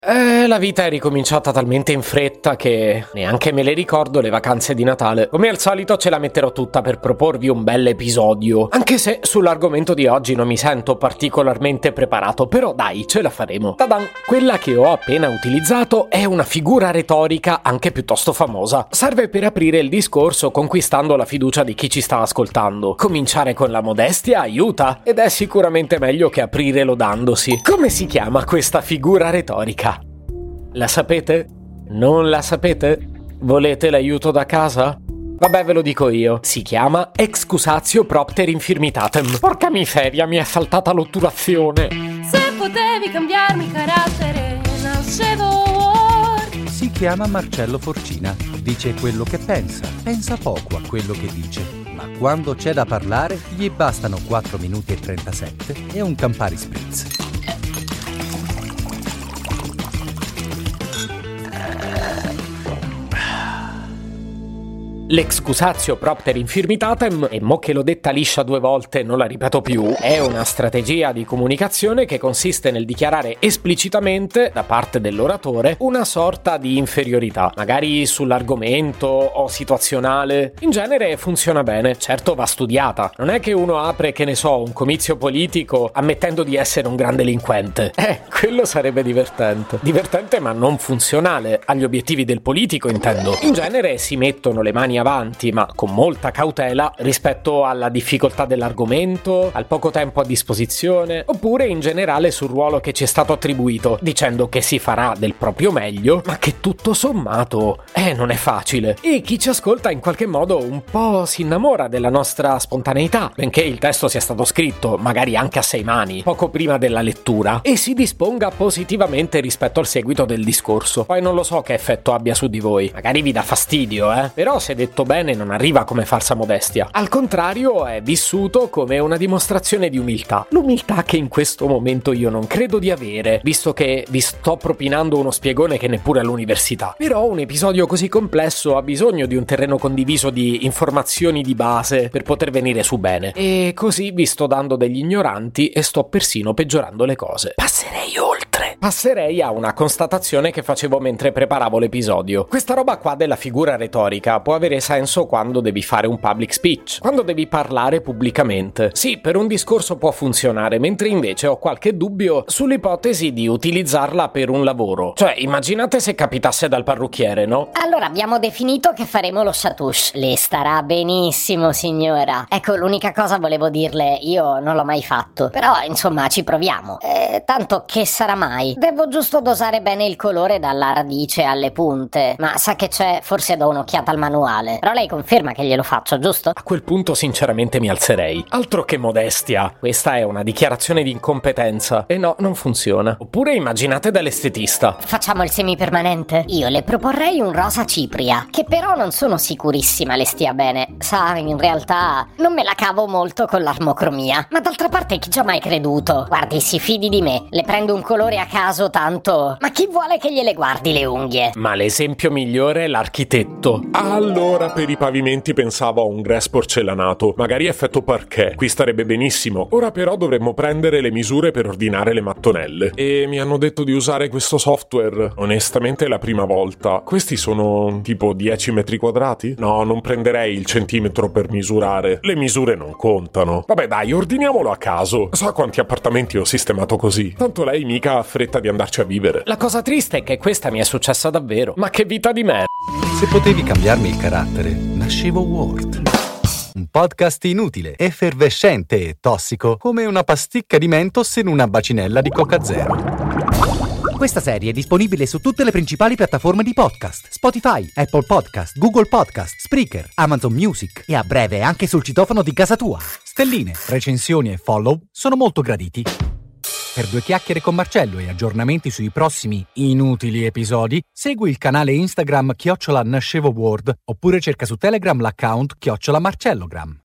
La vita è ricominciata talmente in fretta che neanche me le ricordo le vacanze di Natale. Come al solito ce la metterò tutta per proporvi un bel episodio, anche se sull'argomento di oggi non mi sento particolarmente preparato, però dai, ce la faremo. Tadan! Quella che ho appena utilizzato è una figura retorica anche piuttosto famosa. Serve per aprire il discorso conquistando la fiducia di chi ci sta ascoltando. Cominciare con la modestia aiuta, ed è sicuramente meglio che aprire lodandosi. Come si chiama questa figura retorica? La sapete? Non la sapete? Volete l'aiuto da casa? Vabbè, ve lo dico io. Si chiama excusatio propter infirmitatem. Porca miseria, mi è saltata l'otturazione. Se potevi cambiarmi carattere, nascevo Ward. Si chiama Marcello Forcina. Dice quello che pensa poco a quello che dice, ma quando c'è da parlare gli bastano 4 minuti e 37 e un Campari Spritz. L'excusatio propter infirmitatem, e mo che l'ho detta liscia 2 volte non la ripeto più, è una strategia di comunicazione che consiste nel dichiarare esplicitamente, da parte dell'oratore, una sorta di inferiorità, magari sull'argomento o situazionale. In genere funziona bene, certo va studiata. Non è che uno apre, che ne so, un comizio politico ammettendo di essere un gran delinquente. Quello sarebbe divertente. Divertente ma non funzionale, agli obiettivi del politico intendo. In genere si mettono le mani avanti, ma con molta cautela rispetto alla difficoltà dell'argomento, al poco tempo a disposizione, oppure in generale sul ruolo che ci è stato attribuito, dicendo che si farà del proprio meglio, ma che tutto sommato non è facile. E chi ci ascolta in qualche modo un po' si innamora della nostra spontaneità, benché il testo sia stato scritto magari anche a 6 mani, poco prima della lettura, e si disponga positivamente rispetto al seguito del discorso. Poi non lo so che effetto abbia su di voi, magari vi dà fastidio, però se detto bene non arriva come falsa modestia. Al contrario, è vissuto come una dimostrazione di umiltà. L'umiltà che in questo momento io non credo di avere, visto che vi sto propinando uno spiegone che neppure all'università. Però un episodio così complesso ha bisogno di un terreno condiviso di informazioni di base per poter venire su bene. E così vi sto dando degli ignoranti e sto persino peggiorando le cose. Passerei oltre. Passerei a una constatazione che facevo mentre preparavo l'episodio. Questa roba qua della figura retorica può avere senso quando devi fare un public speech, quando devi parlare pubblicamente. Sì, per un discorso può funzionare, mentre invece ho qualche dubbio sull'ipotesi di utilizzarla per un lavoro. Cioè, immaginate se capitasse dal parrucchiere, no? Allora, abbiamo definito che faremo lo chatouche. Le starà benissimo, signora. Ecco, l'unica cosa volevo dirle, io non l'ho mai fatto, però insomma ci proviamo. Tanto che sarà mai? Devo giusto dosare bene il colore dalla radice alle punte, ma sa che c'è, forse do un'occhiata al manuale. Però lei conferma che glielo faccio, giusto? A quel punto sinceramente mi alzerei. Altro che modestia. Questa è una dichiarazione di incompetenza. E no, non funziona. Oppure immaginate dall'estetista. Facciamo il semipermanente? Io le proporrei un rosa cipria, che però non sono sicurissima le stia bene. Sa, in realtà non me la cavo molto con l'armocromia. Ma d'altra parte chi ci ha mai creduto? Guardi, si fidi di me. Le prendo un colore a caso tanto. Ma chi vuole che gliele guardi le unghie? Ma l'esempio migliore è l'architetto. Allora per i pavimenti pensavo a un grès porcellanato, magari effetto parquet, qui starebbe benissimo. Ora però dovremmo prendere le misure per ordinare le mattonelle. E mi hanno detto di usare questo software. Onestamente è la prima volta. Questi sono tipo 10 metri quadrati? No, non prenderei il centimetro per misurare. Le misure non contano. Vabbè dai, ordiniamolo a caso. Sa quanti appartamenti ho sistemato così? Tanto lei mica ha fretta di andarci a vivere. La cosa triste è che questa mi è successa davvero. Ma che vita di merda. Se potevi cambiarmi il carattere, nascevo Ward. Un podcast inutile, effervescente e tossico, come una pasticca di Mentos in una bacinella di Coca Zero. Questa serie è disponibile su tutte le principali piattaforme di podcast: Spotify, Apple Podcast, Google Podcast, Spreaker, Amazon Music e a breve anche sul citofono di casa tua. Stelline, recensioni e follow sono molto graditi. Per 2 chiacchiere con Marcello e aggiornamenti sui prossimi inutili episodi, segui il canale Instagram @NascevoWord oppure cerca su Telegram l'account @MarcelloGram.